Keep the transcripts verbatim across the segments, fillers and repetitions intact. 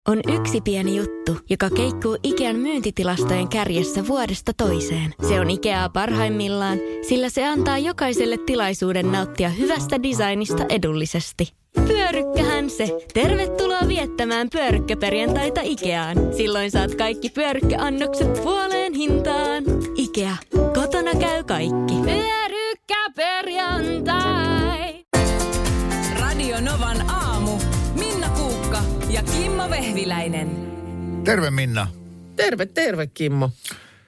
On yksi pieni juttu, joka keikkuu Ikean myyntitilastojen kärjessä vuodesta toiseen. Se on Ikeaa parhaimmillaan, sillä se antaa jokaiselle tilaisuuden nauttia hyvästä designista edullisesti. Pyörykkähän se! Tervetuloa viettämään pyörykkäperjantaita Ikeaan. Silloin saat kaikki pyörykkäannokset puoleen hintaan. Ikea. Kotona käy kaikki. Pyörykkäperjantai! Radio Novan aamu. Minna Kuukka ja Kimmo Vehviläinen. Terve Minna. Terve, terve Kimmo. Uh,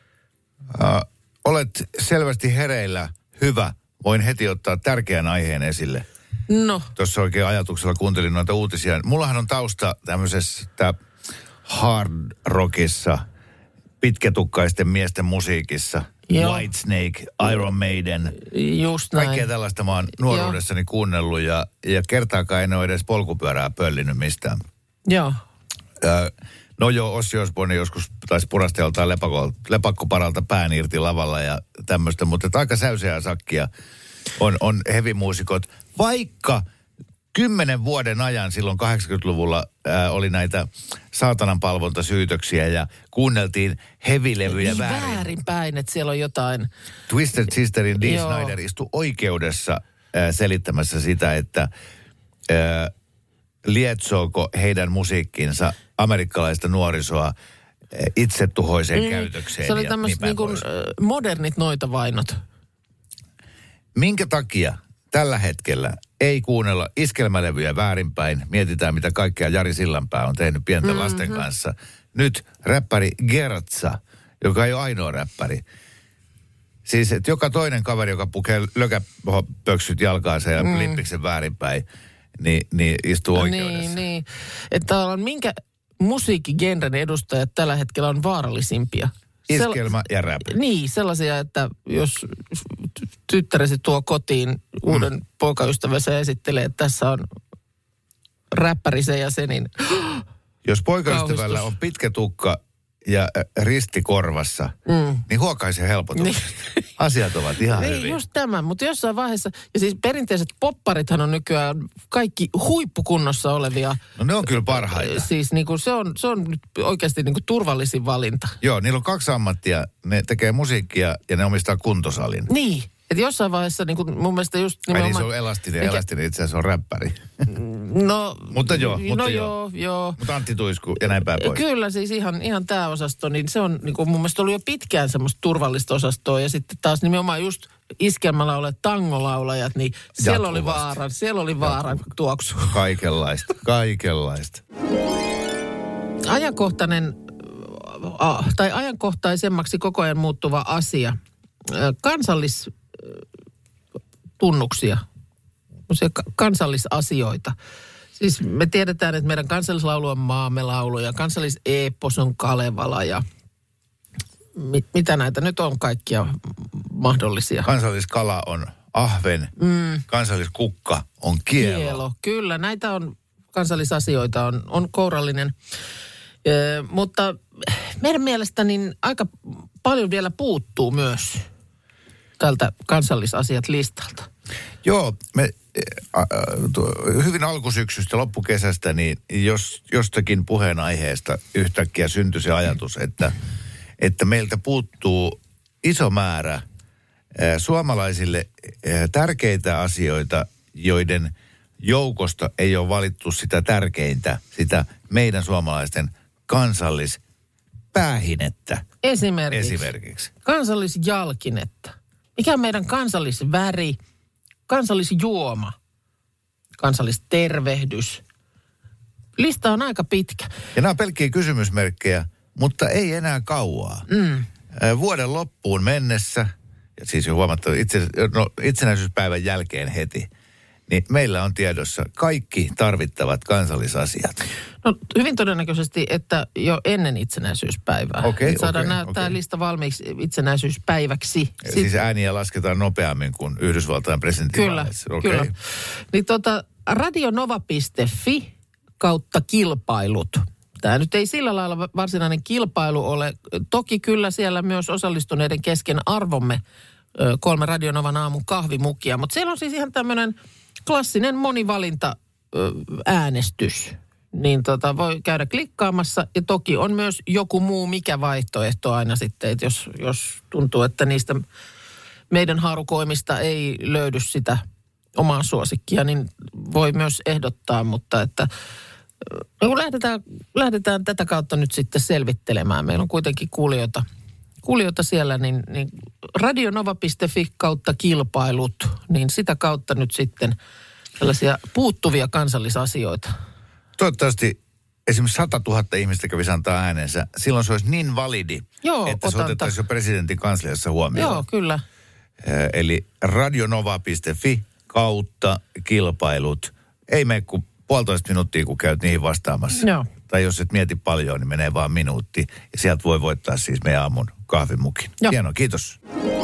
olet selvästi hereillä. Hyvä. Voin heti ottaa tärkeän aiheen esille. No. Tuossa oikein ajatuksella kuuntelin noita uutisia. Mullahan on tausta tämmöisessä hard rockissa, pitkätukkaisten miesten musiikissa. Joo. Whitesnake, Iron Maiden. Just näin. Kaikkea tällaista mä oon nuoruudessani Joo. kuunnellut ja, ja kertaakaan en ole edes polkupyörää pöllinyt mistään. Joo. Ö, no joo, Ossi Osborne joskus taisi purasteltaan lepakkoparalta pään irti lavalla ja tämmöistä, mutta aika säyseää sakkia on, on hevimuusikot. Vaikka kymmenen vuoden ajan silloin kahdeksankymmentäluvulla ää, oli näitä saatanan palvontasyytöksiä ja kuunneltiin hevilevyjä niin väärin. väärinpäin, että siellä on jotain. Twisted Sisterin Dee Snider istui oikeudessa ää, selittämässä sitä, että ää, lietsooko heidän musiikkinsa amerikkalaista nuorisoa ää, itsetuhoiseen mm, käytökseen. Se oli tämmöiset niin kuin modernit noitavainot. Minkä takia tällä hetkellä ei kuunnella iskelmälevyjä väärinpäin? Mietitään, mitä kaikkea Jari Sillanpää on tehnyt pienten mm-hmm. lasten kanssa. Nyt räppäri Gertsa, joka ei ole ainoa räppäri. Siis, että joka toinen kaveri, joka pukee lökäpöksyt jalkaansa ja mm. lippiksen väärinpäin, niin, niin istuu oikeudessa. Niin, niin. Että on minkä musiikkigenren edustajat tällä hetkellä on vaarallisimpia? Iskelmä ja rap. Niin, sellaisia, että jos tyttäresi tuo kotiin uuden mm. poikaystävänsä ja esittelee, että tässä on räppäri se ja se, niin jos poikaystävällä kauhistus. On pitkä tukka ja risti korvassa, mm. niin huokaisen helpotuksesta. Niin. Asiat ovat ihan niin, hyviä. Just tämä, mutta jossain vaiheessa, ja siis perinteiset popparithan on nykyään kaikki huippukunnossa olevia. No ne on kyllä parhaita. Siis niin kuin se on, se on nyt oikeasti niin kuin turvallisin valinta. Joo, niillä on kaksi ammattia. Ne tekee musiikkia ja ne omistaa kuntosalin. Niin. Että jossain vaiheessa niin kuin mun mielestä just nimenomaan... Ai niin se on elastinen, Eikä... elastinen itse asiassa on räppäri. No... mutta joo, mutta no joo. joo, joo. Mutta Antti Tuisku ja näin päin pois. Kyllä siis ihan, ihan tämä osasto, niin se on niin kuin mun mielestä ollut jo pitkään semmoista turvallista osastoa. Ja sitten taas nimenomaan just iskelmällä olevat tangolaulajat, niin siellä oli vaaran, siellä oli vaaran tuoksu. Kaikenlaista, kaikenlaista. Ajankohtainen, tai ajankohtaisemmaksi koko ajan muuttuva asia. Kansallis... tunnuksia, kansallisasioita. Siis me tiedetään, että meidän kansallislaulu on Maamme laulu ja kansalliseepos on Kalevala ja mit, mitä näitä nyt on kaikkia mahdollisia. Kansalliskala on ahven, mm. kansalliskukka on kielo. Kielo, kyllä. Näitä on kansallisasioita, on, on kourallinen. Ö, mutta meidän mielestä niin aika paljon vielä puuttuu myös tältä kansallisasiat listalta. Joo, me ä, ä, hyvin alkusyksystä, loppukesästä, niin jos, jostakin puheenaiheesta yhtäkkiä syntyi se ajatus, että, että meiltä puuttuu iso määrä ä, suomalaisille ä, tärkeitä asioita, joiden joukosta ei ole valittu sitä tärkeintä, sitä meidän suomalaisten kansallispäähinettä. Esimerkiksi. Esimerkiksi. Kansallisjalkinetta. Mikä on meidän kansallisväri, kansallisjuoma, kansallistervehdys? Lista on aika pitkä. Ja nämä on pelkkiä kysymysmerkkejä, mutta ei enää kauaa. Mm. Vuoden loppuun mennessä, ja siis jo huomattu itse, no, itsenäisyyspäivän jälkeen heti, niin meillä on tiedossa kaikki tarvittavat kansallisasiat. No hyvin todennäköisesti, että jo ennen itsenäisyyspäivää. Okei, okay, saadaan okay, nää, okay. tämä lista valmiiksi itsenäisyyspäiväksi. Siis Sit... ääniä lasketaan nopeammin kuin Yhdysvaltain presidentinvaaleissa. Kyllä, okay. kyllä. Niin tota, radionova piste fi kautta kilpailut. Tämä nyt ei sillä lailla varsinainen kilpailu ole. Toki kyllä siellä myös osallistuneiden kesken arvomme kolme Radionovan aamun kahvimukia, mutta siellä on siis ihan tämmöinen klassinen monivalinta äänestys. niin tota, voi käydä klikkaamassa. Ja toki on myös joku muu mikä vaihtoehto aina sitten, että jos, jos tuntuu, että niistä meidän haarukoimista ei löydy sitä omaa suosikkia, niin voi myös ehdottaa, mutta että no kun lähdetään, lähdetään tätä kautta nyt sitten selvittelemään. Meillä on kuitenkin kuulijoita, kuulijoita siellä, niin, niin radionova piste fi kautta kilpailut, niin sitä kautta nyt sitten tällaisia puuttuvia kansallisasioita. Toivottavasti esimerkiksi sata tuhatta ihmistä kävisi antaa äänensä. Silloin se olisi niin validi, Joo, että se otanta. otettaisiin jo presidentin kansliassa huomioon. Joo, kyllä. Eli radionova piste fi kautta kilpailut. Ei mene kuin puolitoista minuuttia, kun käyt niihin vastaamassa. Joo. Tai jos et mieti paljon, niin menee vaan minuutti. Ja sieltä voi voittaa siis meidän aamun kahvimukin. Joo. Hienoa, kiitos.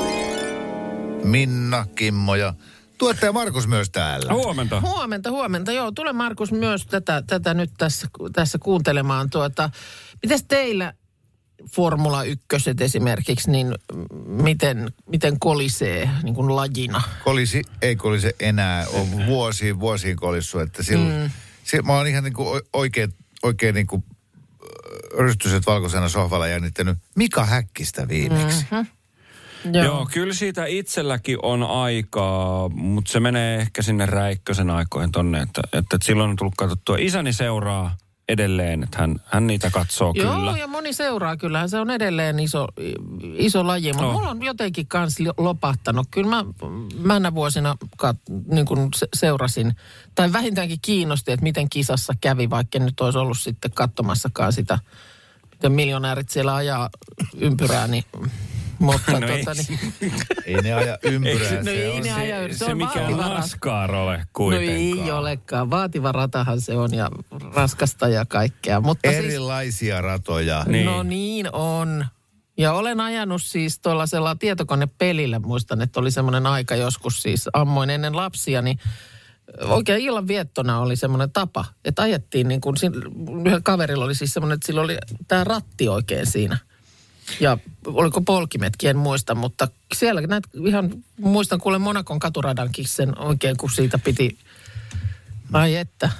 Minna, Kimmo ja tuottaja Markus myös täällä. Huomenta. Huomenta, huomenta. Joo, tule Markus myös tätä, tätä nyt tässä, tässä kuuntelemaan. Tuota, mites teillä Formula ykköset esimerkiksi, niin miten, miten kolisee niin kuin lajina? Kolisi, ei kolise enää. On vuosiin, vuosiin kolissu. Että silloin, mm. se, mä oon ihan niin kuin oikein, oikein niin kuin rystyset valkoisena sohvalla jännittänyt Mika Häkkistä viimeksi. Mm-hmm. Joo. Joo, kyllä siitä itselläkin on aikaa, mutta se menee ehkä sinne Räikkösen aikoihin tonne, että, että silloin on tullut katsottua. Isäni seuraa edelleen, että hän, hän niitä katsoo Joo, kyllä. Joo, ja moni seuraa. Kyllähän se on edelleen iso, iso laji, mutta Oh. mulla on jotenkin kans lopahtanut. Kyllä mä männä vuosina kat, niin kuin seurasin, tai vähintäänkin kiinnosti, että miten kisassa kävi, vaikka nyt olisi ollut sitten katsomassakaan sitä, miten miljonäärit siellä ajaa ympyrää, niin... Mutta no tuota, ei, niin... Ei ne aja ympyrää. No se ei on ne se- aja, se, se se on mikä vaativa rata. NASCAR ole No kuitenkaan. ei olekaan. Vaativa ratahan se on ja raskasta ja kaikkea. Mutta siis, Erilaisia ratoja. Niin. no niin on. Ja olen ajanut siis tuollaisella tietokonepelillä, muistan, että oli semmoinen aika joskus siis ammoin ennen lapsia, niin oikein illanviettona oli semmoinen tapa, että ajettiin niin kuin, yhdellä kaverilla oli siis semmoinen, että sillä oli tämä ratti oikein siinä. Ja oliko polkimetkin, en muista, mutta siellä näet ihan, muistan kuule Monakon katuradankin sen oikein, kun siitä piti, ai että.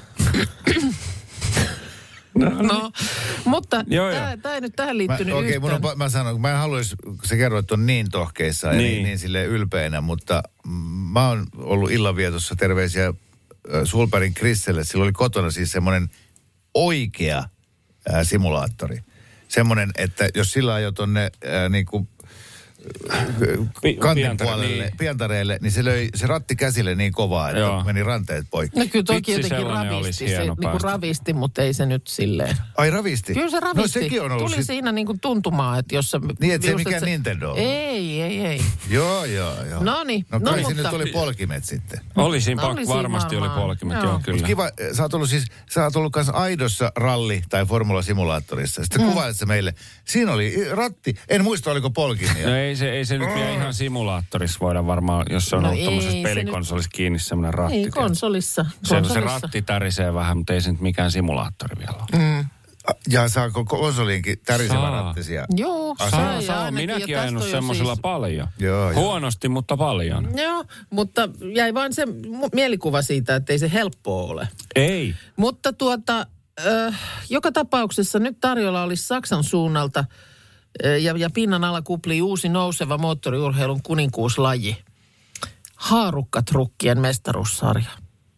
No, No, mutta Joo, tämä, joo. tämä ei nyt tähän Mä, liittynyt okei, yhtään. mun on, pa- mä sanon, kun mä en haluaisi, kun sä kerroit, että on niin tohkeissa ja niin, Niin. niin silleen ylpeänä, mutta mm, mä oon ollut illanvietossa, terveisiä äh, Sulpärin Krisselle. Sillä oli kotona siis semmoinen oikea äh, simulaattori. Semmoinen, että jos sillä ajoi tonne äh, niinku Pi- kantin pientare, puolelle, niin. pientareelle, niin se löi se ratti käsille niin kovaa, että Joo. meni ranteet poikki. No kyllä toki Vitsi, jotenkin sellainen olisi ravisti, se hieno niin kuin päästä. ravisti, mutta ei se nyt silleen. Ai ravisti? Kyllä se ravisti. No sekin on ollut Tuli sit... siinä niin kuin tuntumaan, että jos se... Niin, että se ei just, mikään että Nintendo ollut. Ei, ei, ei. Joo, joo, joo. Noniin, No no kai se mutta- nyt oli polkimet sitten. Oli siinä, Oli pak- siinä varmasti oli varmaan. polkimet, Joo. joo, Mut kyllä. kiva, sä oot ollut siis, sä oot ollut kanssa aidossa ralli- tai formula-simulaattorissa. Sitten mm. kuvailet sä meille. Siinä oli ratti, en muista oliko polkimia. No ei se, ei se nyt vielä ihan simulaattorissa voida varmaan, jos se on No ollut ei tuommoisessa se pelikonsolissa kiinni semmoinen ratti. Ei, tiedätkö? konsolissa. Se, se konsolissa. ratti tärisee vähän, mutta ei se nyt mikään simulaattori vielä ole. Mm. Ja saako konsoliinkin tärisevä Saa. rattisia? Joo, Ah, sai Saa, saa. ainakin, Minäkin ja ajanut tästä on jo semmoisella siis- paljon. Joo, joo. Huonosti, mutta paljon. Joo, mutta jäi vain se mu- mielikuva siitä, että ei se helppoa ole. Ei. Mutta tuota, äh, joka tapauksessa nyt tarjolla olisi Saksan suunnalta äh, ja, ja pinnan alla kuplii uusi nouseva moottoriurheilun kuninkuuslaji. Haarukkatrukkien mestaruussarja.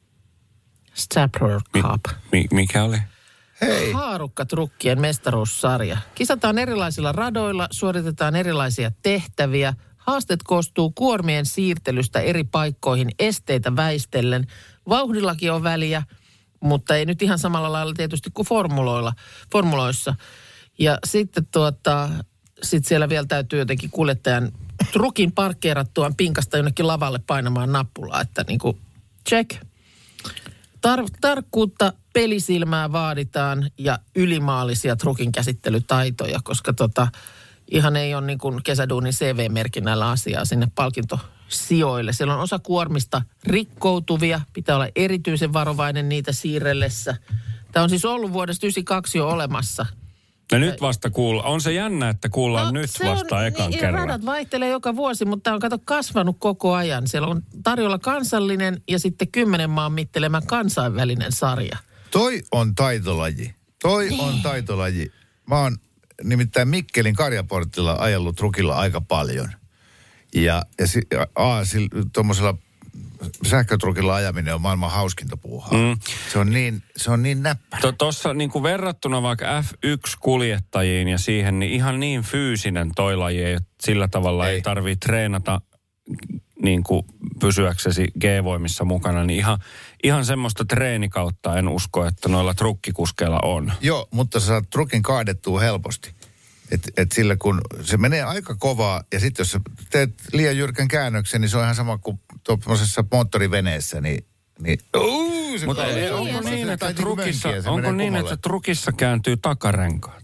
Stapler Cup. Mi- mikä oli? Hei, Haarukkatrukkien mestaruussarja. Kisataan erilaisilla radoilla, suoritetaan erilaisia tehtäviä. Haasteet koostuu kuormien siirtelystä eri paikkoihin esteitä väistellen. Vauhdillakin on väliä, mutta ei nyt ihan samalla lailla tietysti kuin formuloilla, formuloissa. Ja sitten tuota, sit siellä vielä täytyy jotenkin kuljettajan trukin parkkeerattuaan pinkasta jonnekin lavalle painamaan nappulaa, että niin kuin check. Tar- tarkkuutta, pelisilmää vaaditaan ja ylimaallisia trukin käsittelytaitoja, koska tota, ihan ei ole niin kuin kesäduunin C V-merkinnällä asiaa sinne palkintosijoille. Siellä on osa kuormista rikkoutuvia, pitää olla erityisen varovainen niitä siirrellessä. Tämä on siis ollut vuodesta yhdeksänkymmentäkaksi jo olemassa. No nyt vasta kuulla. On se jännä, että kuullaan nyt se vasta on, ekan niin, kerran. Radat vaihtelee joka vuosi, mutta tämä on kato kasvanut koko ajan. Siellä on tarjolla kansallinen ja sitten kymmenen maan mittelemä kansainvälinen sarja. Toi on taitolaji. Toi niin. on taitolaji. Mä oon nimittäin Mikkelin Karjaportilla ajellut trukilla aika paljon. Ja, ja si, a, tuommoisella sähkötrukilla ajaminen on maailman hauskinta puuhaa. Mm. Se on niin, se on niin näppärä. Tuossa niin verrattuna vaikka F yksi -kuljettajiin ja siihen, niin ihan niin fyysinen toi laji, että sillä tavalla ei, ei tarvitse treenata niin kuin pysyäksesi G-voimissa mukana, niin ihan, ihan semmoista treenikautta en usko, että noilla trukkikuskeilla on. Joo, mutta sä saat trukin kaadettua helposti. Että et sillä kun se menee aika kovaa ja sitten jos sä teet liian jyrkän käännöksen, niin se on ihan sama kuin tuollaisessa moottoriveneessä, niin... niin uh, se mutta ei, onko niin, että trukissa, onko niin, että trukissa kääntyy takarenkaat?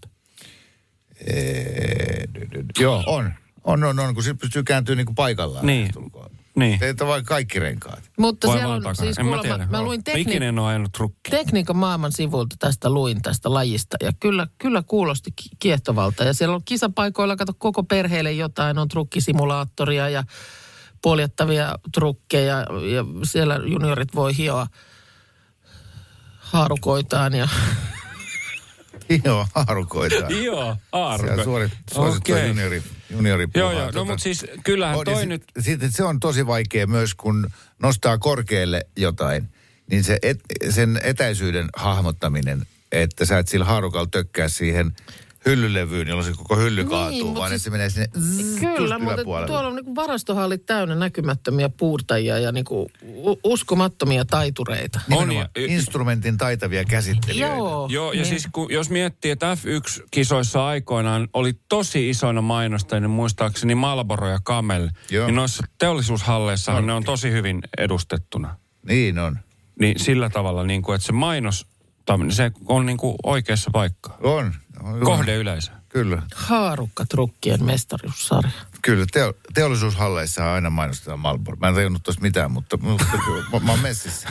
Ee, joo, on. On, on, on, kun se pystyy kääntyä niin kuin paikallaan. Niin. Niin. Teitä vaan kaikki renkaat. Mutta vai siellä on, siis kuulemma, mä, mä luin tekni- en ole ajanut trukki. Tekniikan maailman sivulta tästä luin tästä lajista ja kyllä, kyllä kuulosti kiehtovalta. Ja siellä on kisapaikoilla, kato koko perheelle jotain, on trukkisimulaattoria ja poljettavia trukkeja ja siellä juniorit voi hioa haarukoitaan ja... Joo, haarukoitaan. Joo, haarukoitaan. Suorit, suosittua okay. juniori, junioripuhaa. Joo, joo, no mutta siis kyllähän on, toi nyt... Sitten se on tosi vaikea myös, kun nostaa korkealle jotain, niin se et, sen etäisyyden hahmottaminen, että sä et sillä haarukalla tökkää siihen hyllylevyyn, jolloin se koko hylly niin, kaatuu, vaan siis, että se menee sinne zzz, kyllä, mutta tuolla on niinku varastohallit täynnä näkymättömiä puurtajia ja niinku uskomattomia taitureita. On ja, instrumentin taitavia käsittelijöitä. Joo. Joo, ja niin. siis kun, jos miettii, että F yksi -kisoissa aikoinaan oli tosi isoina mainostajina, muistaakseni Marlboro ja Camel, joo. Niin noissa teollisuushalleissahan no. ne on tosi hyvin edustettuna. Niin on. Niin sillä tavalla, niin kuin, että se mainos, se on niin kuin oikeassa paikkaa. On. on Kohdeyleisö. Kyllä. Haarukka-trukkien mestaruussarja. Kyllä, teo, teollisuushalleissa aina mainostetaan Marlboro. Mä en tajunnut tuossa mitään, mutta mä, mä oon messissä.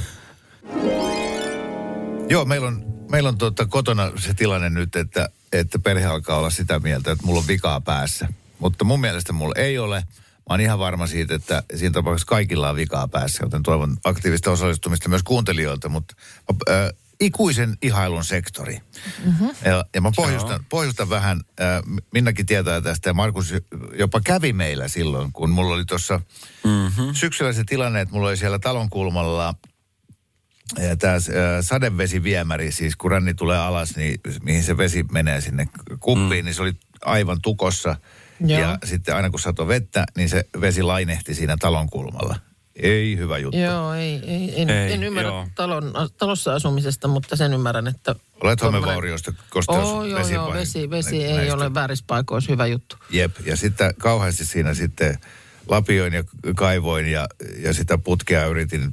Joo, meillä on, meillä on tuota, kotona se tilanne nyt, että, että perhe alkaa olla sitä mieltä, että mulla on vikaa päässä. Mutta mun mielestä mulla ei ole. Mä oon ihan varma siitä, että siinä tapauksessa kaikilla on vikaa päässä, joten toivon aktiivista osallistumista myös kuuntelijoilta, mutta äh, ikuisen ihailun sektori. Mm-hmm. Ja, ja mä pohjustan, pohjustan vähän, äh, Minnakin tietää tästä, ja Markus jopa kävi meillä silloin, kun mulla oli tuossa mm-hmm. syksyllä se tilanne, että mulla oli siellä talon kulmalla tämä äh, sadevesiviemäri, siis kun ränni tulee alas, niin mihin se vesi menee sinne kuppiin, mm. niin se oli aivan tukossa. Joo. Ja sitten aina kun satoi vettä, niin se vesi lainehti siinä talon kulmalla. Ei hyvä juttu. Joo, ei, ei, en, ei, en ymmärrä joo. Talon, talossa asumisesta, mutta sen ymmärrän, että... Olet homevaurioista, kosteus, oh, joo, vesi joo, vesi, vesi ei näistä. Ole väärissä paikoissa, hyvä juttu. Jep, ja sitten kauheasti siinä sitten lapioin ja kaivoin ja, ja sitä putkea yritin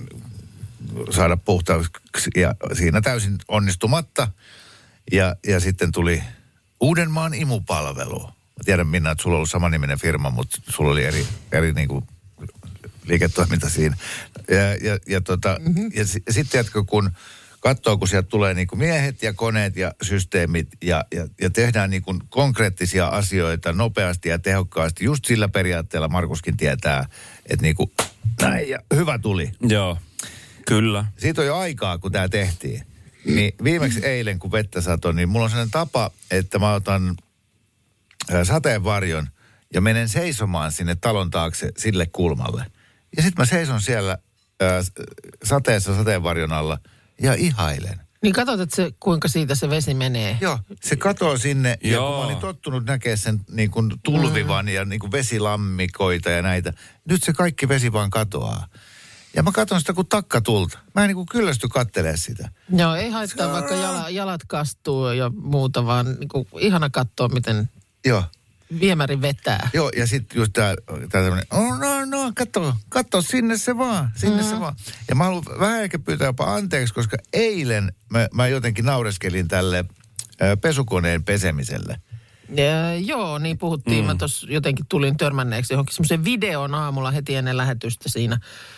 saada puhtaaksi ja siinä täysin onnistumatta. Ja, ja sitten tuli Uudenmaan imupalvelu. Mä tiedän, Minna, että sulla on ollut samaniminen firma, mutta sulla oli eri, eri niin kuin liiketoiminta siinä. Ja, ja, ja, tota, mm-hmm. ja, ja sitten jatko, kun katsoo, kun sieltä tulee niin kuin miehet ja koneet ja systeemit ja, ja, ja tehdään niin kuin konkreettisia asioita nopeasti ja tehokkaasti. Just sillä periaatteella Markuskin tietää, että niin kuin näin ja hyvä tuli. Joo, kyllä. Siitä on jo aikaa, kun tämä tehtiin. Niin viimeksi eilen, kun vettä satoi, niin mulla on sellainen tapa, että mä otan sateenvarjon ja menen seisomaan sinne talon taakse sille kulmalle. Ja sitten mä seison siellä ää, sateessa sateenvarjon alla ja ihailen. Niin katsot, että se, kuinka siitä se vesi menee. Joo, se katoo sinne. Ja kun mä olin tottunut näkemään sen niin kuin tulvivan mm. ja niin kuin vesilammikoita ja näitä. Nyt se kaikki vesi vaan katoaa. Ja mä katson sitä kuin takkatulta. Mä en niin kuin kyllästy kattelee sitä. Joo, ei haittaa Sä... vaikka jala, jalat kastuu ja muuta, vaan niin kuin ihana katsoa, miten Joo. viemäri vetää. Joo, ja sitten just tää, tää tämmönen, oh, no, no, katso, katso, sinne se vaan, sinne mm-hmm. se vaan. Ja mä haluan vähän ehkä pyytää jopa anteeksi, koska eilen mä, mä jotenkin naureskelin tälle ä, pesukoneen pesemiselle. Ja, joo, niin puhuttiin. Mm. Mä tuossa jotenkin tulin törmänneeksi johonkin semmoisen videon aamulla heti ennen lähetystä siinä.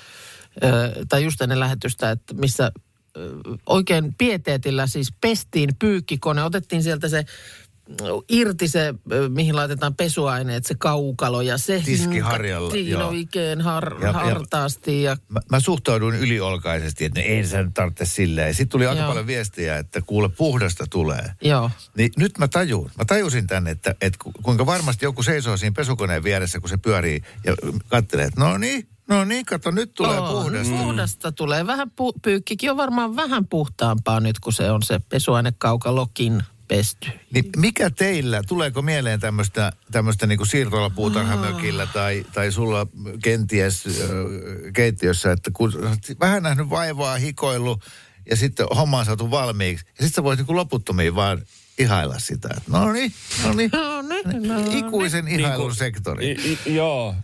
Ö, tai just ennen lähetystä, että missä ö, oikein pieteetillä siis pestiin pyykkikone. Otettiin sieltä se irti se, mihin laitetaan pesuaineet, se kaukalo ja se Tiskiharjalla, hinkattiin oikein har, ja, hartaasti. Ja... Mä, mä suhtauduin yliolkaisesti, että ei sä nyt tarvitse silleen. Sitten tuli aika joo. paljon viestiä, että kuule puhdasta tulee. Joo. Niin nyt mä tajun, mä tajusin tänne, että, että kuinka varmasti joku seisoo siinä pesukoneen vieressä, kun se pyörii ja katselee, että no niin. No niin, kato, nyt tulee oh, puhdasta. Puhdasta tulee. Vähän pu- pyykkikin on varmaan vähän puhtaampaa nyt, kun se on se pesuainekaukalokin pesty. Niin mikä teillä, tuleeko mieleen tämmöistä, tämmöistä niin kuin siirtolapuutarhamökillä tai, tai sulla kenties äh, keittiössä, että kun vähän nähnyt vaivaa, hikoillut ja sitten homma on saatu valmiiksi. Ja sitten sä voit niin kuin loputtomiin vaan ihailla sitä. No niin, no niin. No niin, no niin. Ikuisen ihailun niin sektori. I, i, joo.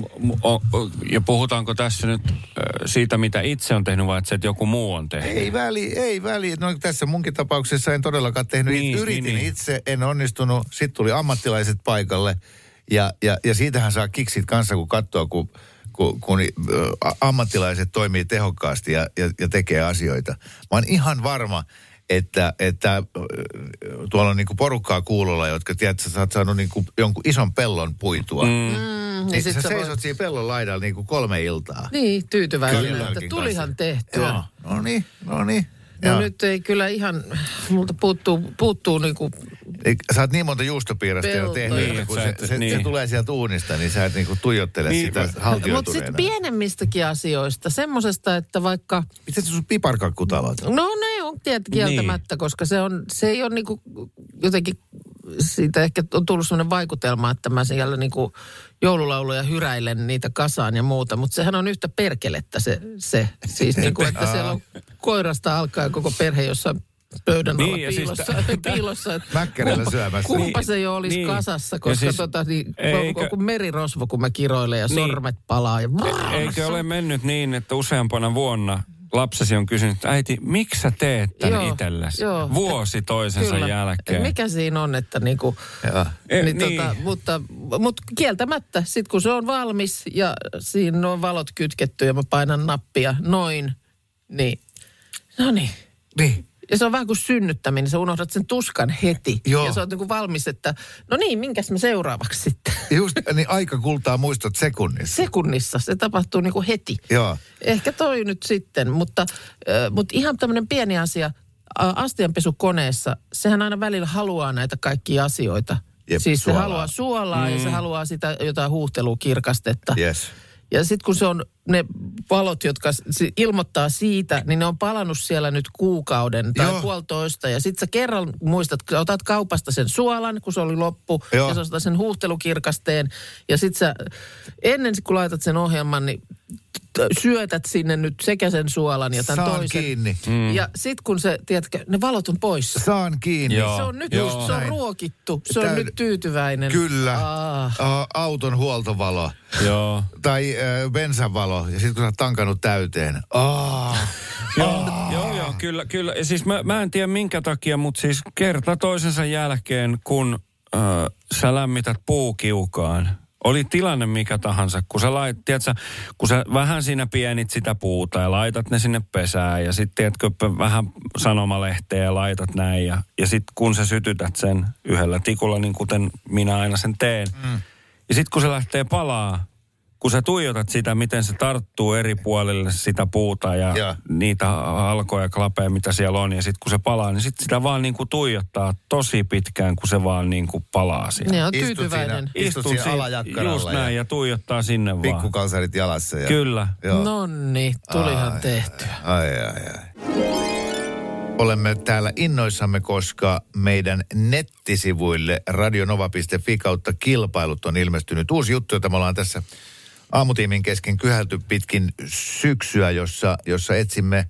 Ja puhutaanko tässä nyt siitä, mitä itse on tehnyt, vai että se, että joku muu on tehnyt? Ei väli, ei väli. No tässä munkin tapauksessa en todellakaan tehnyt. Niin, Yritin niin, niin. itse, en onnistunut. Sitten tuli ammattilaiset paikalle. Ja, ja, ja siitähän saa kiksit kanssa, kun katsoo, kun, kun, kun ammattilaiset toimii tehokkaasti ja, ja, ja tekee asioita. Mä oon ihan varma, että, että tuolla on niinku porukkaa kuulolla, jotka tiedät, että sä oot saanut niinku jonkun ison pellon puitua. Mm. Mm, niin sä, sä seisot voit... siinä pellon laidalla niinku kolme iltaa. Niin, tyytyväinen, että tulihan tehtyä. Joo, no niin, no niin. No joo. nyt ei kyllä ihan, multa puuttuu, puuttuu niinku... Sä oot niin monta juustopiirasta jo tehnyt, niin, että kun se, se, niin. se tulee sieltä uunista, niin sä et niinku tuijottele niin, sitä haltioituneena. Mutta sitten pienemmistäkin asioista, semmosesta, että vaikka... Miten se sun piparkakkutalot? No ne on tietenkin kieltämättä, niin. koska se, on, se ei ole niinku jotenkin... Siitä ehkä on tullut sellainen vaikutelma, että mä siellä niinku joululauluja hyräilen niitä kasaan ja muuta, mutta sehän on yhtä perkelettä se, se. Siis niinku, että siellä on koirasta alkaen koko perhe jossain pöydän alla niin, piilossa. Siis piilossa Mäkkäreillä syömässä. Kumpa se jo olisi niin. kasassa, koska siis, tota, niin, eikö, kun merirosvo, kun mä kiroilen ja niin. sormet palaa. Ja eikö ole mennyt niin, että useampana vuonna lapsesi on kysynyt, että äiti, miksi sä teet tämän joo, itsellesi joo. vuosi toisensa kyllä. jälkeen? Mikä siinä on, että niinku, e, niin niin. Tota, mutta, mutta kieltämättä, sit kun se on valmis ja siinä on valot kytketty ja mä painan nappia noin, niin no niin. Niin. Ja se on vähän kuin synnyttäminen, sä unohdat sen tuskan heti. Joo. Ja sä oot niin kuin valmis, että no niin, minkäs mä seuraavaksi sitten? Just, niin aika kultaa muistot sekunnissa. Sekunnissa, se tapahtuu niin kuin heti. Joo. Ehkä toi nyt sitten, mutta, äh, mutta ihan tämmöinen pieni asia. Astianpesukoneessa, sehän aina välillä haluaa näitä kaikkia asioita. Jep, siis suolaa. Se haluaa suolaa mm. ja se haluaa sitä jotain huuhtelukirkastetta. Yes. Ja sitten kun se on ne valot, jotka ilmoittaa siitä, niin ne on palannut siellä nyt kuukauden tai Joo. puolitoista. Ja sitten sä kerran muistat, otat kaupasta sen suolan, kun se oli loppu. Joo. Ja sä ostat sen huuhtelukirkasteen. Ja sitten sä ennen kun laitat sen ohjelman, niin syötät sinne nyt sekä sen suolan ja tämän Saan toisen. kiinni. Mm. Ja sitten kun se, tiedätkö, ne valot on poissa. Saan kiinni. Joo. Se on nyt Joo. just, se on ruokittu. Se Täyd... on nyt tyytyväinen. Kyllä. Ah. Uh, auton huoltovalo. Joo. Tai uh, bensavalo. Ja sitten kun sä oot tankannut täyteen. Ah. Joo, oh. joo, joo, kyllä, kyllä. Ja siis mä, mä en tiedä minkä takia, mutta siis kerta toisensa jälkeen, kun äh, sä lämmität puukiukaan, oli tilanne mikä tahansa, kun sä lait, tiedätkö, kun sä vähän siinä pienit sitä puuta ja laitat ne sinne pesään ja sitten tiedätkö vähän sanomalehteä ja laitat näin ja, ja sitten kun sä sytytät sen yhdellä tikulla, niin kuten minä aina sen teen, mm. ja sitten kun se lähtee palaa, kun sä tuijotat sitä, miten se tarttuu eri puolille sitä puuta ja, ja. niitä alkoja, klapeja, mitä siellä on. Ja sitten kun se palaa, niin sitten sitä vaan niinku tuijottaa tosi pitkään, kun se vaan niinku palaa siellä. Ne on tyytyväinen. Istut siinä, istut siinä alajakkaralla. Just näin, ja, ja tuijottaa sinne vaan. Pikkukalsarit jalassa. Ja, Kyllä. Nonni, tulihan ai, tehtyä. Ai, ai, ai. Olemme täällä innoissamme, koska meidän nettisivuille radionova piste fi kautta kilpailut on ilmestynyt uusi juttu, jota me ollaan tässä aamutiimin kesken kyhälty pitkin syksyä, jossa, jossa etsimme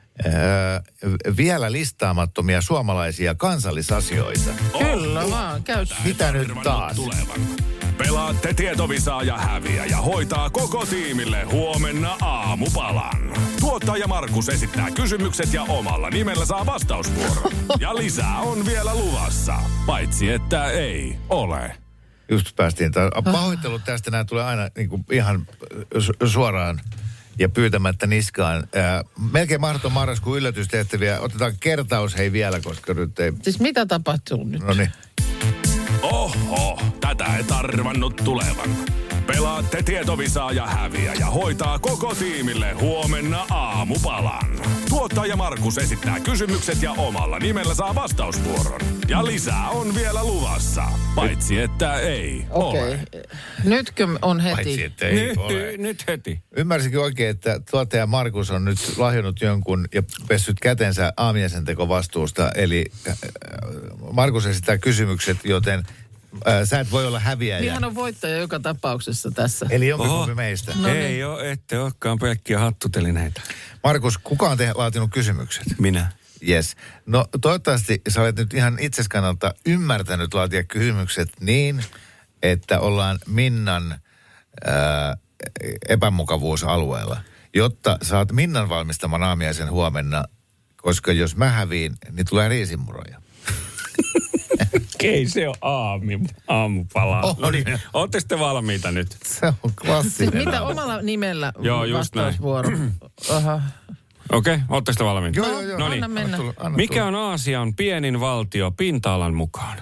ää, vielä listaamattomia suomalaisia kansallisasioita. Kyllä vaan, käy. Mitä nyt taas? Tulevan. Pelaatte tietovisaa ja häviä ja hoitaa koko tiimille huomenna aamupalan. Tuottaja Markus esittää kysymykset ja omalla nimellä saa vastausvuoron. Ja lisää on vielä luvassa, paitsi että ei ole. Just päästiin. Pahoittelut tästä, nämä tulee aina niin kuin ihan suoraan ja pyytämättä niskaan. Ää, melkein mahdoton marraskuun yllätystehtäviä. Otetaan kertaus hei vielä, koska nyt ei... Siis mitä tapahtuu nyt? No niin. Oho, tätä ei tarvannut tulevan. Pelaatte tietovisaa ja häviä ja hoitaa koko tiimille huomenna aamupalan. Tuottaja Markus esittää kysymykset ja omalla nimellä saa vastausvuoron. Ja lisää on vielä luvassa, paitsi että ei Okei. ole. Okay. Nytkö on heti? Paitsi, että ei Nyt, ole. nyt heti. Ymmärsinkö oikein, että tuottaja Markus on nyt lahjonnut jonkun ja pessyt kätensä aamiaisen tekovastuusta, eli äh, Markus esittää kysymykset, joten äh, sä et voi olla häviäjä. Niin hän on voittaja joka tapauksessa tässä. Eli jompikumpi meistä. No Ei niin. ole, ette olekaan pelkkiä hattutelineitä. Markus, kuka on te- laatinut kysymykset? Minä. Yes. No toivottavasti sä olet nyt ihan itses kannalta ymmärtänyt laatia kysymykset niin, että ollaan Minnan ää, epämukavuusalueella, jotta saat Minnan valmistaman aamiaisen huomenna, koska jos mä häviin, niin tulee riisinmuroja. Okei, se on aami, aamupala. Oh, no niin, ootte sitten valmiita nyt? Se on klassinen. Mitä omalla nimellä Joo, just näin. vastausvuoro? Aha. Okei, okay, ootte sitten valmiita? Joo, joo, joo. No niin. Anna mennä. Anna tulla, anna Mikä tulla. on Aasian pienin valtio pinta-alan mukaan?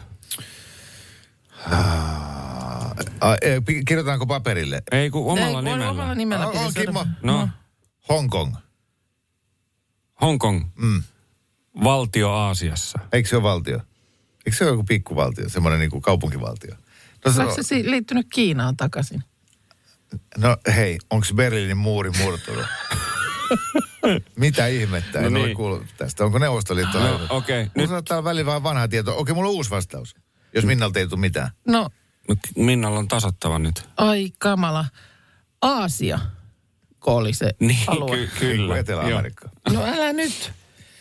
A, e, pi- kirjoitetaanko paperille? Ei kun omalla Ei, kun nimellä. omalla nimellä On, piti on, saada. Kimmo. No, Hong Kong. Hongkong. Mm. Valtio Aasiassa. Eikö se ole valtio? Eikö se ole joku pikkuvaltio, semmoinen niin kuin kaupunkivaltio? No, se, Onko se si- liittynyt Kiinaan takaisin? no hei, onko Berliinin muuri murtunut? Mitä ihmettä? En No no ole niin. kuullut tästä. Onko Neuvostoliitto No, hajonnut? okei. Mulla Nyt saattaa välillä vaan vanhaa tietoa. Okei, mulla on uusi vastaus. Jos Minnalta ei tule mitään. No, no, Minnalla on tasottava nyt. ai kamala. Aasia, kun oli se Niin, alue. ky- Niin kyllä. kuin Etelä-Amerikka. No älä nyt.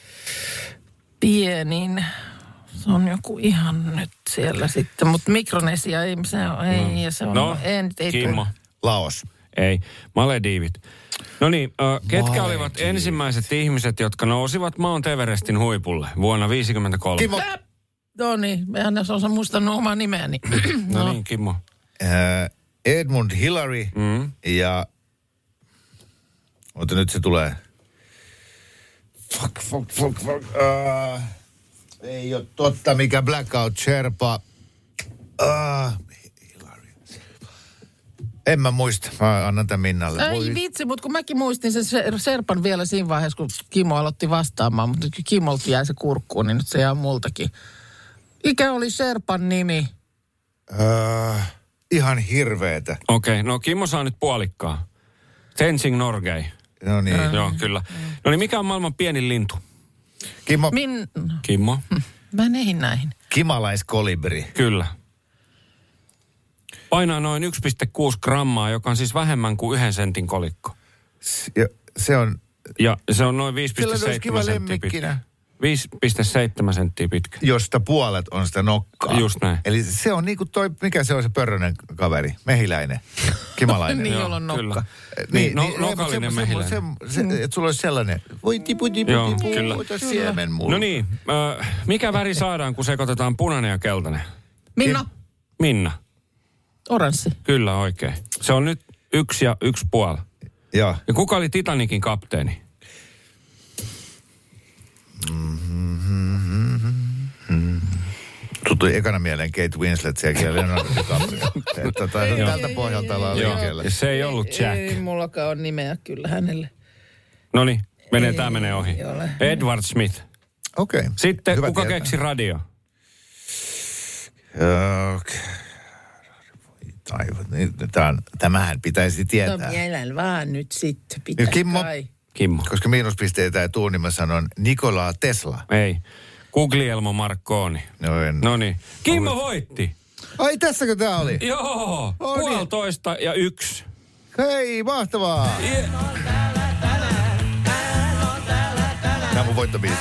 Pienin. Se on joku ihan nyt siellä sitten. Mutta Mikronesia ei, se on, ei, No. ja se on, No, ei, ei Kimmo. tule. Laos. Ei, Malediivit. No niin, äh, ketkä Malediivit. olivat ensimmäiset ihmiset, jotka nousivat Mount Everestin huipulle vuonna tuhatyhdeksänsataaviisikymmentäkolme? Kimmo. No niin, mehän ne osaa muistanut omaa nimeäni. No, no niin, Kimmo. Äh, Edmund Hillary Mm. ja... Mutta nyt se tulee. Fuck, fuck, fuck, fuck. Uh, ei ole totta, mikä Blackout Sherpa. Uh, Hillary. En mä muista. Mä annan tämän Minnalle. Ei vitsi, mutta kun mäkin muistin sen se- Serpan vielä siinä vaiheessa, kun Kimmo aloitti vastaamaan, mutta nyt kun Kimmolta jäi se kurkkuun, niin nyt se jää multakin. Mikä oli Serpan nimi? Uh, ihan hirveetä. Okei, okay, no Kimmo saa nyt puolikkaa. Tenzing Norgay. No niin. Mm. Joo, kyllä. No niin, mikä on maailman pienin lintu? Kimmo, Min... Kimmo? Mä en ehdi näihin. kimalaiskolibri. Kyllä. Painaa noin yksi pilkku kuusi grammaa, joka on siis vähemmän kuin yhden sentin kolikko. S- ja se on... Ja se on noin viisi pilkku Kyllä se olisi kiva seitsemän senttiä pitkä. lemmikkinä. viisi pilkku seitsemän senttiä pitkä. Josta puolet on sitä nokkaa. Just näin. Eli se on niinku toi, mikä se on se pörrönen kaveri? Mehiläinen. Kimalainen. Niin, Joo, jolla on nokka. kyllä. Niin, no, ei, mutta nokallinen se- mehiläinen. Se, se, se, että sulla olisi sellainen, voi tipu, tipu, Joo, tipu, kyllä. ota siemen mulle. No niin, äh, mikä väri saadaan, kun sekoitetaan punainen ja keltainen? Minna? Minna. Oranssi. Kyllä oikein. Se on nyt yksi ja yksi puoli. Joo. Ja kuka oli Titanikin kapteeni? Tuo tuli ekana mieleen Kate Winslet sekä ja Leonardo DiCaprio. Että tai tältä pohjalta ollaan Joo, liikkeellä. ja se ei ollut Jack. Ei mullakaan ole nimeä kyllä hänelle. No niin, menee, tämä menee ohi. ei ole. Edward Smith. Okei. Okay. Sitten Hyvä kuka tietää. keksi radio? Okay. Taivot, niin, tämän, tämähän pitäisi No tietää. mielellä vaan nyt sitten. Pitää Kimmo. kai. Kimmo. Koska miinuspisteitä ei tuu, niin mä sanon Nikola Tesla. Ei. Guglielmo Marconi. No en. No niin. Kimmo voitti. Ai tässäkö tää oli? Joo, Oh, niin. puolitoista ja yksi. Hei, mahtavaa! Yeah. Tämä on mun voittobiisi.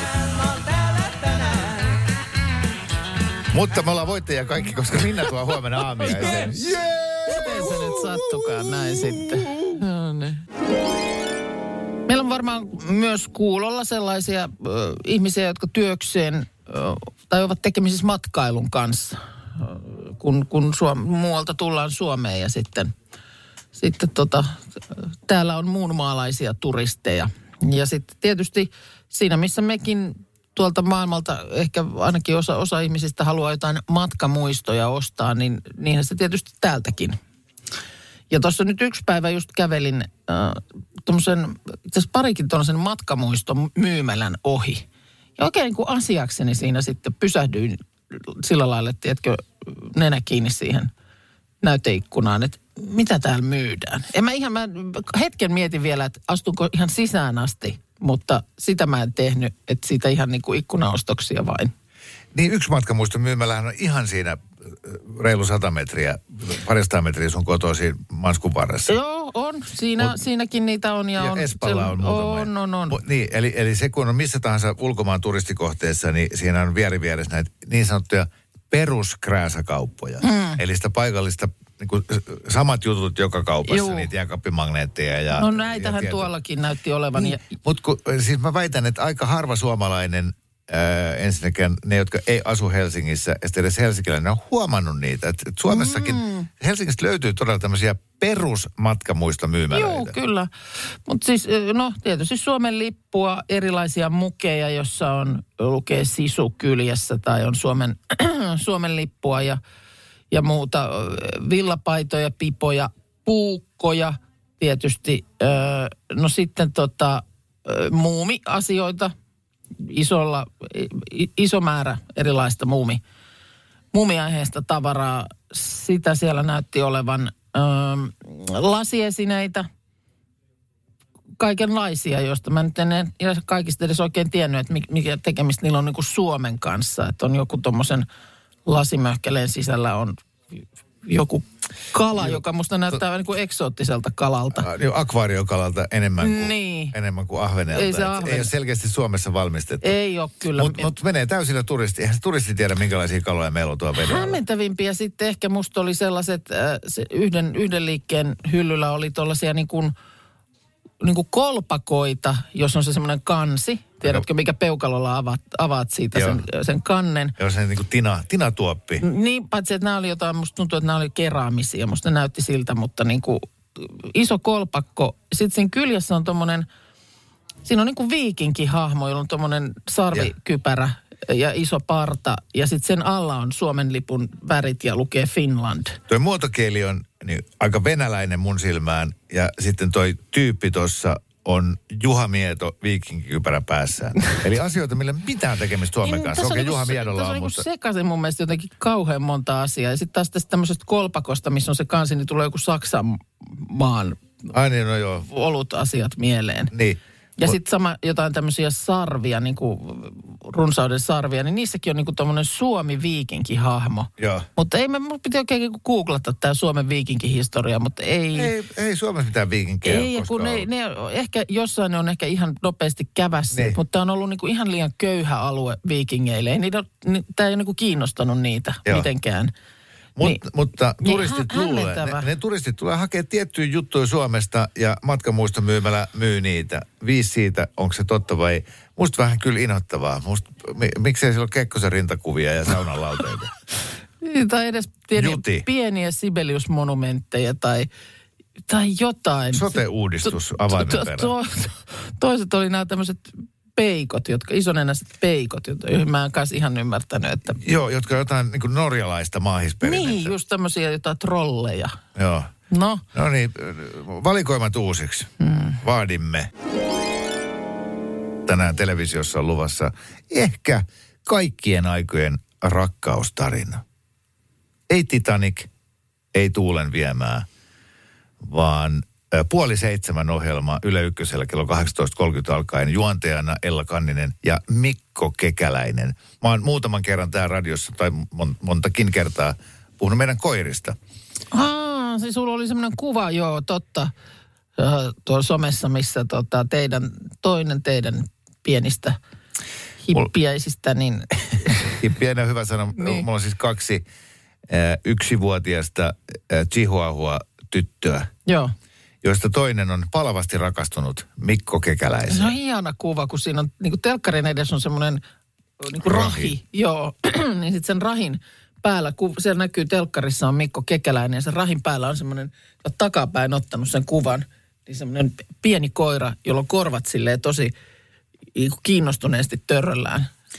Mutta me ollaan voittajia kaikki, koska Minna tuo huomenna aamiaisen. Miten se nyt sattukaan näin sitten? No niin. Meillä on varmaan myös kuulolla sellaisia ö, ihmisiä, jotka työkseen ö, tai ovat tekemisissä matkailun kanssa, ö, kun, kun Suom- muualta tullaan Suomeen ja sitten, sitten tota, täällä on muunmaalaisia turisteja. Ja sitten tietysti siinä, missä mekin tuolta maailmalta ehkä ainakin osa, osa ihmisistä haluaa jotain matkamuistoja ostaa, niin niinhän se tietysti täältäkin. Ja tuossa nyt yksi päivä just kävelin äh, tuommoisen, itse asiassa parikin tuollaisen matkamuiston myymälän ohi. Ja oikein niin kuin asiakseni siinä sitten pysähdyin sillä lailla, että tiedätkö, nenä kiinni siihen näyteikkunaan, että mitä täällä myydään. En mä ihan, mä hetken mietin vielä, että astunko ihan sisään asti, mutta sitä mä en tehnyt, että siitä ihan niin kuin ikkunaostoksia vain. Niin yksi matkamuiston myymälähän on ihan siinä reilu sata metriä, parista metriä sun kotoisin Manskun varressa. Joo, on. Siinä, Mut, siinäkin niitä on. Ja, ja on, Espalla on muutama. On, on, on. Niin, eli, eli se kun on missä tahansa ulkomaan turistikohteessa, niin siinä on vieri vieressä näitä niin sanottuja peruskrääsäkauppoja. Mm. Eli sitä paikallista, niin kuin samat jutut joka kaupassa, Juu. niitä jääkappimagneetteja. Ja, no näitähän ja tuollakin näytti olevan. Niin, ja... Mutta siis mä väitän, että aika harva suomalainen, Äh, ensinnäkin ne, jotka ei asu Helsingissä, ja sitten edes helsinkiläinen, on huomannut niitä. Et, et Suomessakin, mm. Helsingistä löytyy todella tämmöisiä perusmatkamuistomyymälöitä. Joo, kyllä. Mutta siis, no tietysti Suomen lippua, erilaisia mukeja, jossa on, lukee Sisu kyljessä, tai on Suomen, Suomen lippua ja, ja muuta, villapaitoja, pipoja, puukkoja, tietysti, äh, no sitten tota, äh, muumiasioita, isolla, iso määrä erilaista muumi, muumiaiheista tavaraa. Sitä siellä näytti olevan ö, lasiesineitä, kaikenlaisia, joista mä nyt en, en kaikista edes oikein tiennyt, että mikä tekemistä niillä on niin kuin Suomen kanssa. Että on joku tommosen lasimöhkäleen sisällä on joku kala, Joo, joka musta näyttää to... niin kuin eksoottiselta kalalta. Joo, akvaariokalalta enemmän kuin, niin. enemmän kuin ahvenelta. Ei se ahven... Ei ole selkeästi Suomessa valmistettu. Ei ole kyllä. Mutta mut menee täysillä turisti. Eihän se turisti tiedä, minkälaisia kaloja meillä on tuolla vedellä. Hämmentävimpiä sitten ehkä musta oli sellaiset, äh, se yhden, yhden liikkeen hyllyllä oli tuollaisia niin kuin, niin kuin kolpakoita, jos on se semmoinen kansi. Tiedätkö, mikä peukalolla avaat, avaat siitä sen, sen kannen. Joo, se niin kuin tina, tinatuoppi. Niin, paitsi että nämä oli jotain, musta tuntuu, että nämä oli keraamisia. Musta ne näytti siltä, mutta niin kuin iso kolpakko. Sitten siinä kyljessä on tommonen, siinä on niin kuin viikinkihahmo, jolla on tommonen sarvikypärä ja, ja iso parta. Ja sitten sen alla on Suomen lipun värit ja lukee Finland. Tuo muotokieli on niin, aika venäläinen mun silmään. Ja sitten toi tyyppi tuossa on Juha Mieto viikinkikypärä päässään. Eli asioita, millä mitään tekemistä Suomen niin, kanssa. Okei, okay, Juha Miedolla on, on mutta... Tässä on sekaisin mun mielestä jotenkin kauhean monta asiaa. Ja sitten taas tästä tämmöisestä kolpakosta, missä on se kansi, niin tulee joku Saksan maan Ai niin, no joo. olut-asiat mieleen. Niin. Ja sitten sama jotain tämmöisiä sarvia, niin kuin runsauden sarvia, niin niissäkin on niin kuin tommoinen Suomi-viikinkihahmo. Joo. Mutta ei, me piti oikein googlata tämä Suomen viikinkihistoria, mutta ei... Ei, ei Suomessa mitään viikinkiä ei, ja kun ne, ne, ehkä jossain ne on ehkä ihan nopeasti kävässeet, niin. Mutta on ollut niin kuin ihan liian köyhä alue viikingeille. Ei niitä, tämä ei ole niin kuin kiinnostanut niitä Joo. mitenkään. Mut, niin, mutta turistit niin, luulee, ne, ne turistit tulee hakemaan tiettyjä juttuja Suomesta ja matkamuistomyymälä myy niitä. Viisi siitä, onko se totta vai ei. Musta vähän kyllä inhottavaa. Musta, miksei siellä ole Kekkosen rintakuvia ja saunalauteita? Tai edes pieni, pieniä Sibelius-monumentteja tai, tai jotain. Sote-uudistus avaimen perään. To, to, to, toiset oli nämä tämmöiset peikot, jotka isonenäiset peikot, joita mä en kanssa ihan ymmärtänyt, että... Joo, jotka on jotain niin kuin norjalaista maahisperinnettä. Niin, just tämmöisiä jotain trolleja. Joo. No. No niin, valikoimat uusiksi. Hmm. Vaadimme. Tänään televisiossa on luvassa ehkä kaikkien aikojen rakkaustarina. Ei Titanic, ei Tuulen viemää, vaan... Puoli seitsemän ohjelma Yle Ykkösellä kello kahdeksantoista kolmekymmentä alkaen juontajana Ella Kanninen ja Mikko Kekäläinen. Mä oon muutaman kerran täällä radiossa tai mon, montakin kertaa puhunut meidän koirista. Aa, siis sulla oli semmoinen kuva, joo, totta, tuolla somessa, missä tota, teidän, toinen teidän pienistä hippiäisistä, niin... Hippiäinen on hyvä sana. Niin. Mulla on siis kaksi äh, yksivuotiaista äh, chihuahua tyttöä. Joo. Joista toinen on palavasti rakastunut Mikko Kekäläisen. Se on hieno kuva, kun siinä on, niin kuin telkkarin edessä on semmoinen niin kuin rahi. rahi. Joo, niin sitten sen rahin päällä, kun siellä näkyy telkkarissa on Mikko Kekäläinen ja sen rahin päällä on semmoinen, takapäin ottanut sen kuvan, niin semmoinen pieni koira, jolla on korvat silleen tosi kiinnostuneesti törröllään.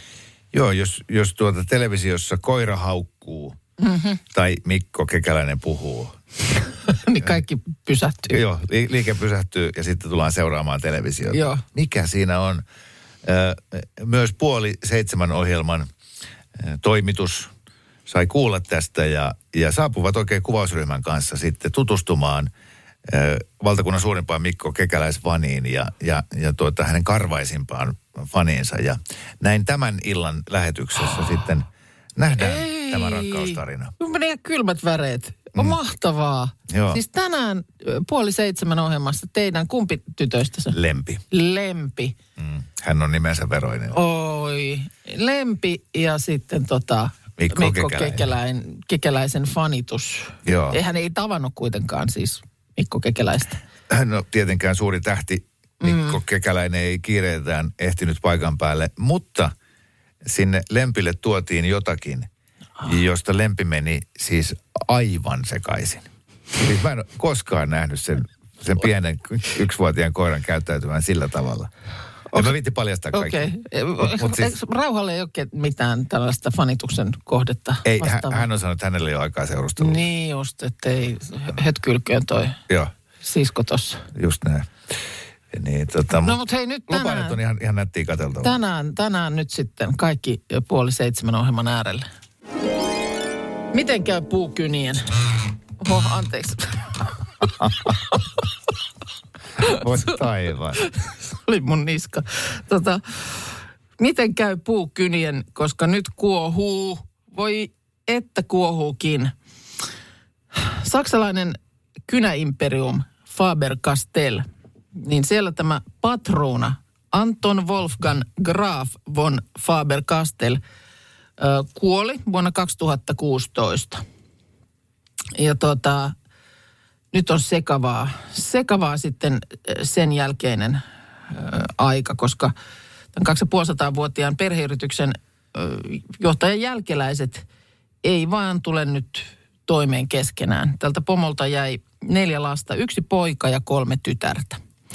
Joo, jos, jos tuota televisiossa koira haukkuu mm-hmm. tai Mikko Kekäläinen puhuu. Niin kaikki pysähtyy. Joo, li- liike pysähtyy ja sitten tullaan seuraamaan televisiota. Joo. Mikä siinä on? Ö, myös puoli seitsemän ohjelman ö, toimitus sai kuulla tästä ja, ja saapuvat oikein kuvausryhmän kanssa sitten tutustumaan ö, valtakunnan suurimpaan Mikko Kekäläisfaniin ja, ja, ja tuota, hänen karvaisimpaan faniinsa. Ja näin tämän illan lähetyksessä oh. sitten nähdään Ei. tämä rakkaustarina. Mun menee kylmät väreet. On mm. mahtavaa. Joo. Siis tänään puoli seitsemän ohjelmassa teidän kumpi tytöistä se? Lempi. Lempi. Mm. Hän on nimensä veroinen. Oi. Lempi ja sitten tota Mikko, Mikko Kekäläinen. Kekäläinen, Kekäläisen fanitus. Joo. Eihän ei tavannut kuitenkaan siis Mikko Kekäläistä. No tietenkään suuri tähti Mikko mm. Kekäläinen ei kiireetään ehtinyt paikan päälle, mutta sinne Lempille tuotiin jotakin, josta Lempi meni siis aivan sekaisin. Siis mä en ole koskaan nähnyt sen, sen pienen yksivuotiaan koiran käyttäytymään sillä tavalla. Okay. Mä viitti paljastaa kaikki. Okei. Okay. Mut siis, Rauhalle ei ole mitään tällaista fanituksen kohdetta ei, vastaavaa? Hän on sanonut, että hänellä ei ole aikaa seurustelua. Niin just, että ei hötkylköön toi Joo. sisko tossa. Just näin. Niin, tota, no mutta hei nyt tänään. Lupaanut on ihan, ihan nättiä katseltavaa. Tänään, tänään nyt sitten kaikki puoli seitsemän ohjelman äärelle. Miten käy puukynien? Oho, anteeksi. Voi taivaan. Se oli mun niska. Tota, miten käy puukynien, koska nyt kuohuu. Voi että kuohuukin. Saksalainen kynäimperium Faber-Castell. Niin siellä tämä patruuna Anton Wolfgang Graf von Faber-Castell ö, kuoli vuonna kaksituhattakuusitoista. Ja tota, nyt on sekavaa, sekavaa sitten sen jälkeinen ö, aika, koska tämän kaksisataaviisikymmentä-vuotiaan perheyrityksen ö, johtajan jälkeläiset ei vaan tule nyt toimeen keskenään. Tältä pomolta jäi neljä lasta, yksi poika ja kolme tytärtä.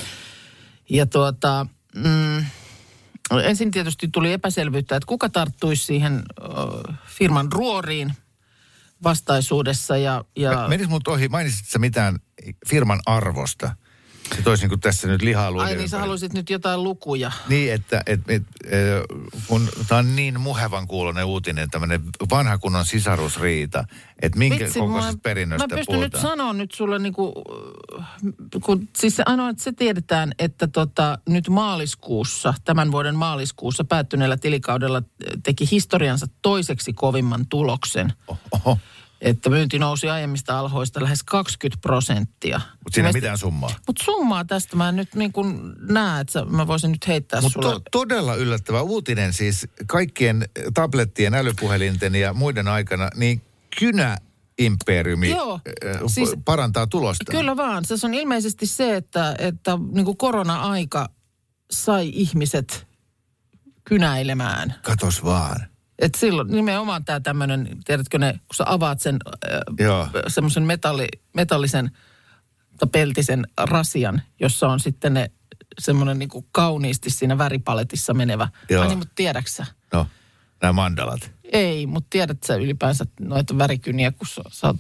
Ja tuota, mm, ensin tietysti tuli epäselvyyttä, että kuka tarttuisi siihen ö, firman ruoriin vastaisuudessa. Ja, ja... Menis mut ohi, mainitsit sä mitään firman arvosta? Se toisin kuin tässä nyt lihaa luiden Ai niin, sä haluaisit nyt jotain lukuja. Niin, että et, et, et, kun tämä on niin muhevan kuuloinen uutinen, tämmöinen vanha kunnon sisarusriita, että minkä Vitsi, kokoisesta perinnöstä puhutaan. Mä pystyn puhutaan. nyt sanoa nyt sulle niinku, kun siis ainoa, että se tiedetään, että tota, nyt maaliskuussa, tämän vuoden maaliskuussa päättyneellä tilikaudella teki historiansa toiseksi kovimman tuloksen. Oho. Että myynti nousi aiemmista alhoista lähes kaksikymmentä prosenttia. Mutta siinä ei mitään summaa. Mutta summaa tästä mä en nyt niin kuin näe, että mä voisin nyt heittää Mut sulle. Mutta to, todella yllättävä uutinen siis kaikkien tablettien, älypuhelinten ja muiden aikana, niin kynäimperiumi Joo, äh, siis parantaa tulosta. Kyllä vaan. Se on ilmeisesti se, että, että niin kuin korona-aika sai ihmiset kynäilemään. Katos vaan. Että silloin nimenomaan tämä tämmöinen, tiedätkö ne, kun sä avaat sen äh, semmoisen metalli, metallisen tai peltisen rasian, jossa on sitten ne semmoinen niinku kauniisti siinä väripaletissa menevä. Joo. Ai mutta tiedäksä? No, nämä mandalat. Ei, mutta tiedät sä ylipäänsä noita värikyniä, kun sä, sä oot,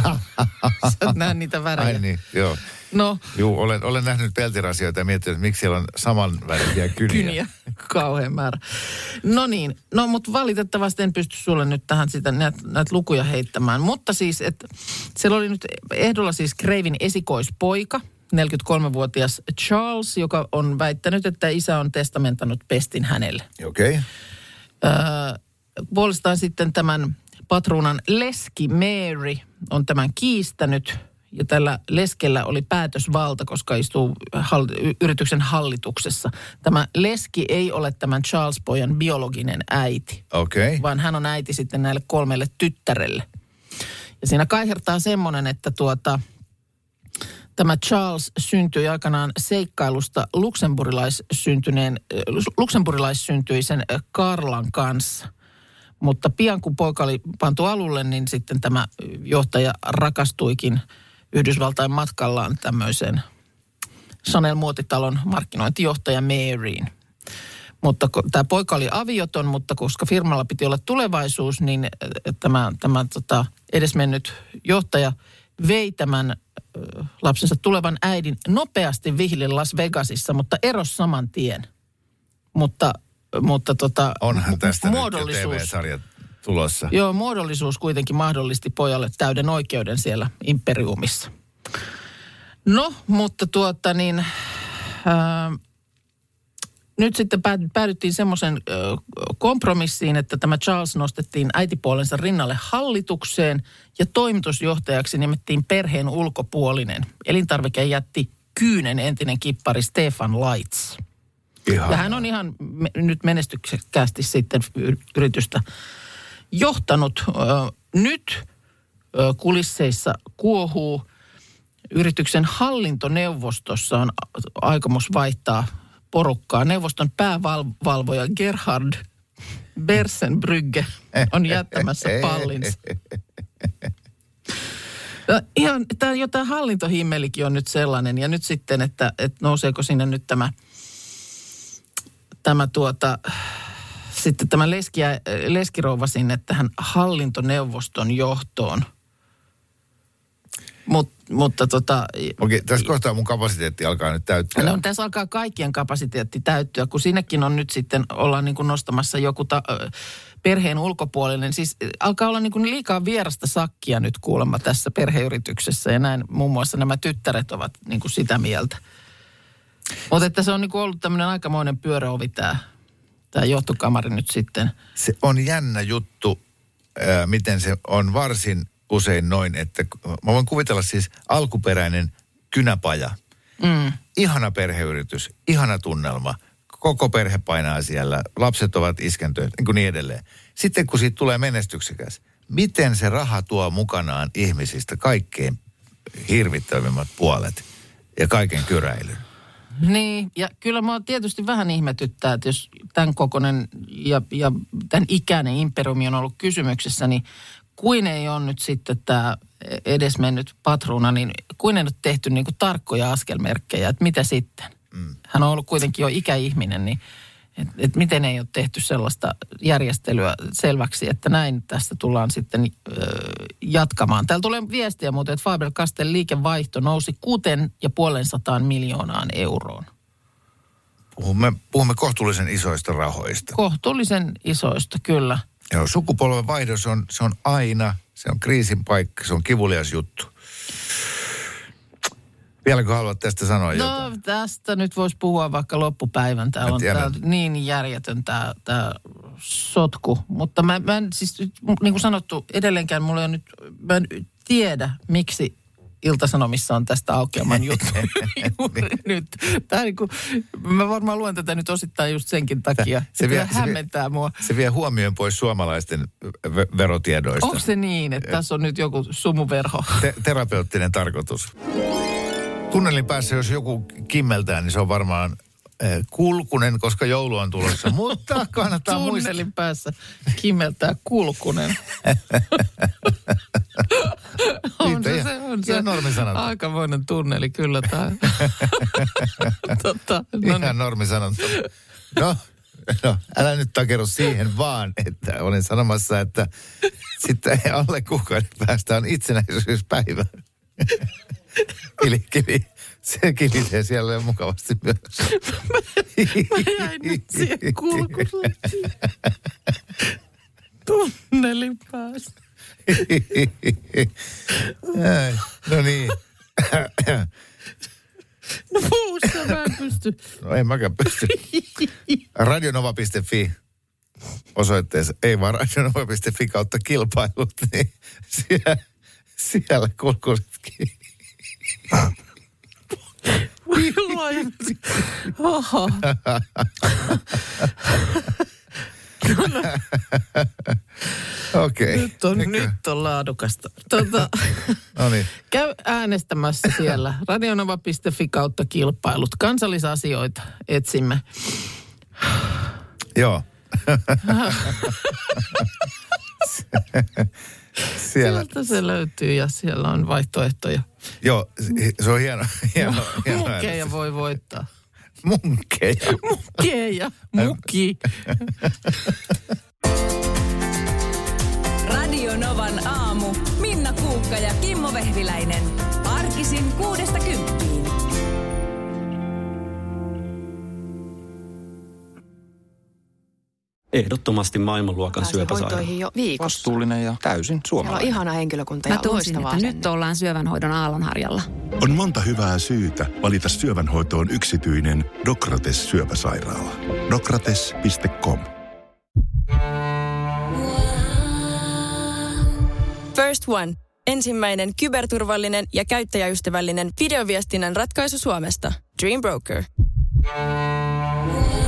sä oot nähnyt niitä värejä. Ai niin, joo. No. Juu, olen, olen nähnyt peltirasioita ja miettinyt, että miksi siellä on samanvärisiä kyniä. Kyniä, kauhean määrä. No niin, no mutta valitettavasti en pysty sulle nyt tähän sitä näitä näit lukuja heittämään. Mutta siis, että siellä oli nyt ehdolla siis Kreivin esikoispoika, neljäkymmentäkolmevuotias Charles, joka on väittänyt, että isä on testamentannut pestin hänelle. Okei. Okay. Öö, puolestaan sitten tämän patruunan leski Mary on tämän kiistänyt. Ja tällä leskellä oli päätösvalta, koska istuu hall- yrityksen hallituksessa. Tämä leski ei ole tämän Charles-pojan biologinen äiti. Okei. Okay. Vaan hän on äiti sitten näille kolmelle tyttärelle. Ja siinä kaihertaa semmoinen, että tuota, tämä Charles syntyi aikanaan seikkailusta luksemburilaissyntyneen, luksemburilaissyntyisen Karlan kanssa. Mutta pian kun poika oli pantu alulle, niin sitten tämä johtaja rakastuikin Yhdysvaltain matkallaan tämmöiseen Chanel-muotitalon markkinointijohtaja Maryin. Mutta tämä poika oli avioton, mutta koska firmalla piti olla tulevaisuus, niin tämä, tämä tota, edesmennyt johtaja vei tämän ö, lapsensa tulevan äidin nopeasti vihille Las Vegasissa, mutta erosi saman tien. Mutta, mutta tota, onhan tästä muodollisuus, nyt jo T V-sarja tulossa. Joo, muodollisuus kuitenkin mahdollisti pojalle täyden oikeuden siellä imperiumissa. No, mutta tuota niin... Ää, nyt sitten päädyttiin semmoisen kompromissiin, että tämä Charles nostettiin äitipuolensa rinnalle hallitukseen ja toimitusjohtajaksi nimettiin perheen ulkopuolinen. Elintarvike jätti Kyynen entinen kippari Stefan Lights. Ihan. Ja hän on ihan me, nyt menestyksekkäästi sitten yritystä johtanut. Nyt kulisseissa kuohuu. Yrityksen hallintoneuvostossa on aikomus vaihtaa porukkaa. Neuvoston päävalvoja Gerhard Bersenbrygge on jättämässä pallinsa. Ihan, tämä jotain hallintohimmelikin on nyt sellainen. Ja nyt sitten, että, että nouseeko sinne nyt tämä, tämä tuota, sitten tämä leskiä, leskirouva sinne tähän hallintoneuvoston johtoon. Mut, mutta tota... Okei, tässä kohtaa mun kapasiteetti alkaa nyt täyttyä. No, tässä alkaa kaikkien kapasiteetti täyttyä, kun sinnekin on nyt sitten, ollaan niin kuin nostamassa joku ta, perheen ulkopuolinen. Siis alkaa olla niin kuin liikaa vierasta sakkia nyt kuulemma tässä perheyrityksessä ja näin muun muassa nämä tyttäret ovat niin kuin sitä mieltä. Mutta että se on niin kuin ollut tämmöinen aikamoinen pyöröovi tämä, tämä johtokamari nyt sitten. Se on jännä juttu, äh, miten se on varsin... usein noin, että mä voin kuvitella siis alkuperäinen kynäpaja. Mm. Ihana perheyritys, ihana tunnelma. Koko perhe painaa siellä, lapset ovat iskentöjä, niin kuin niin edelleen. Sitten kun siitä tulee menestyksekäs, miten se raha tuo mukanaan ihmisistä kaikkein hirvittävimmät puolet ja kaiken kyräilyn? Niin, ja kyllä mua tietysti vähän ihmetyttää, että jos tämän kokoinen ja, ja tämän ikäinen imperiumi on ollut kysymyksessä, niin kuin ei ole nyt sitten tämä edesmennyt patruuna, niin kuin ei ole tehty niin kuin tarkkoja askelmerkkejä, että mitä sitten? Mm. Hän on ollut kuitenkin jo ikäihminen, niin että et miten ei ole tehty sellaista järjestelyä selväksi, että näin tästä tullaan sitten ö, jatkamaan. Täällä tulee viestiä muuten, että Faber-Castell liikevaihto nousi kuuteen ja puolen sataan miljoonaan euroon. Puhumme, puhumme kohtuullisen isoista rahoista. Kohtuullisen isoista, kyllä. Joo, sukupolven vaihdos on, se on aina, se on kriisin paikka, se on kivulias juttu. Vieläkö haluat tästä sanoa no, jotain? No tästä nyt voisi puhua vaikka loppupäivän. Täällä on tää niin järjetön tämä tää sotku. Mutta mä, mä en siis, niin kuin sanottu, edelleenkään mulla on nyt, mä en tiedä, miksi Ilta-Sanomissa on tästä aukeaman juttu juuri nyt. Tää niin kuin, mä varmaan luen tätä nyt osittain just senkin takia. Se, vie, se hämmentää vie, mua. Se vie huomioon pois suomalaisten v- verotiedoista. Onko se niin, että tässä on nyt joku sumuverho? Te- terapeuttinen tarkoitus. Tunnelin päässä, jos joku kimmeltää, niin se on varmaan eh, kulkunen, koska joulu on tulossa. Mutta kannattaa muistaa. Tunnelin päässä kimmeltää kulkunen. on se, se, on se. Normisanonta. Aikamoinen tunneli, kyllä tämä. Totta. No ihan normisanonta. No, no, älä nyt takeru siihen vaan, että olen sanomassa, että sitten alle kuukauden päästä on itsenäisyyspäivä. Kili, kili. Se kilitee siellä mukavasti myös. Mä jäin nyt siihen kulkuseen. Tunnelin päästä. No niin. No puussa mä en pysty. No en mäkään pysty. radionova piste fi osoitteessa, ei vaan radionova piste fi kautta kilpailut, niin siellä, siellä kulkusetkin. Oho. Okei. Okay. Nyt on, nyt on laadukasta. Tuota, no niin. Käy äänestämässä siellä. radionova piste fi kautta kilpailut. Kansallisasioita etsimme. Joo. Siellä. Sieltä se löytyy ja siellä on vaihtoehtoja. Joo, se on hieno. hieno, hieno Lukeja voi voittaa. Munkkeja. Munkkeja. Mukki. Radio Novan aamu. Minna Kuukka ja Kimmo Vehviläinen. Arkisin kuudesta kymppiin. Ehdottomasti maailmanluokan syöpäsairaala. Hoitoihin jo viikossa. Vastuullinen ja täysin suomalainen. Siellä on ihana henkilökunta ja Mä tunsin, loistavaa että nyt ollaan syövänhoidon aallonharjalla. On monta hyvää syytä valita syövänhoitoon yksityinen Dokrates syöpäsairaala. Dokrates piste com. First One. Ensimmäinen kyberturvallinen ja käyttäjäystävällinen videoviestinnän ratkaisu Suomesta. Dream Broker.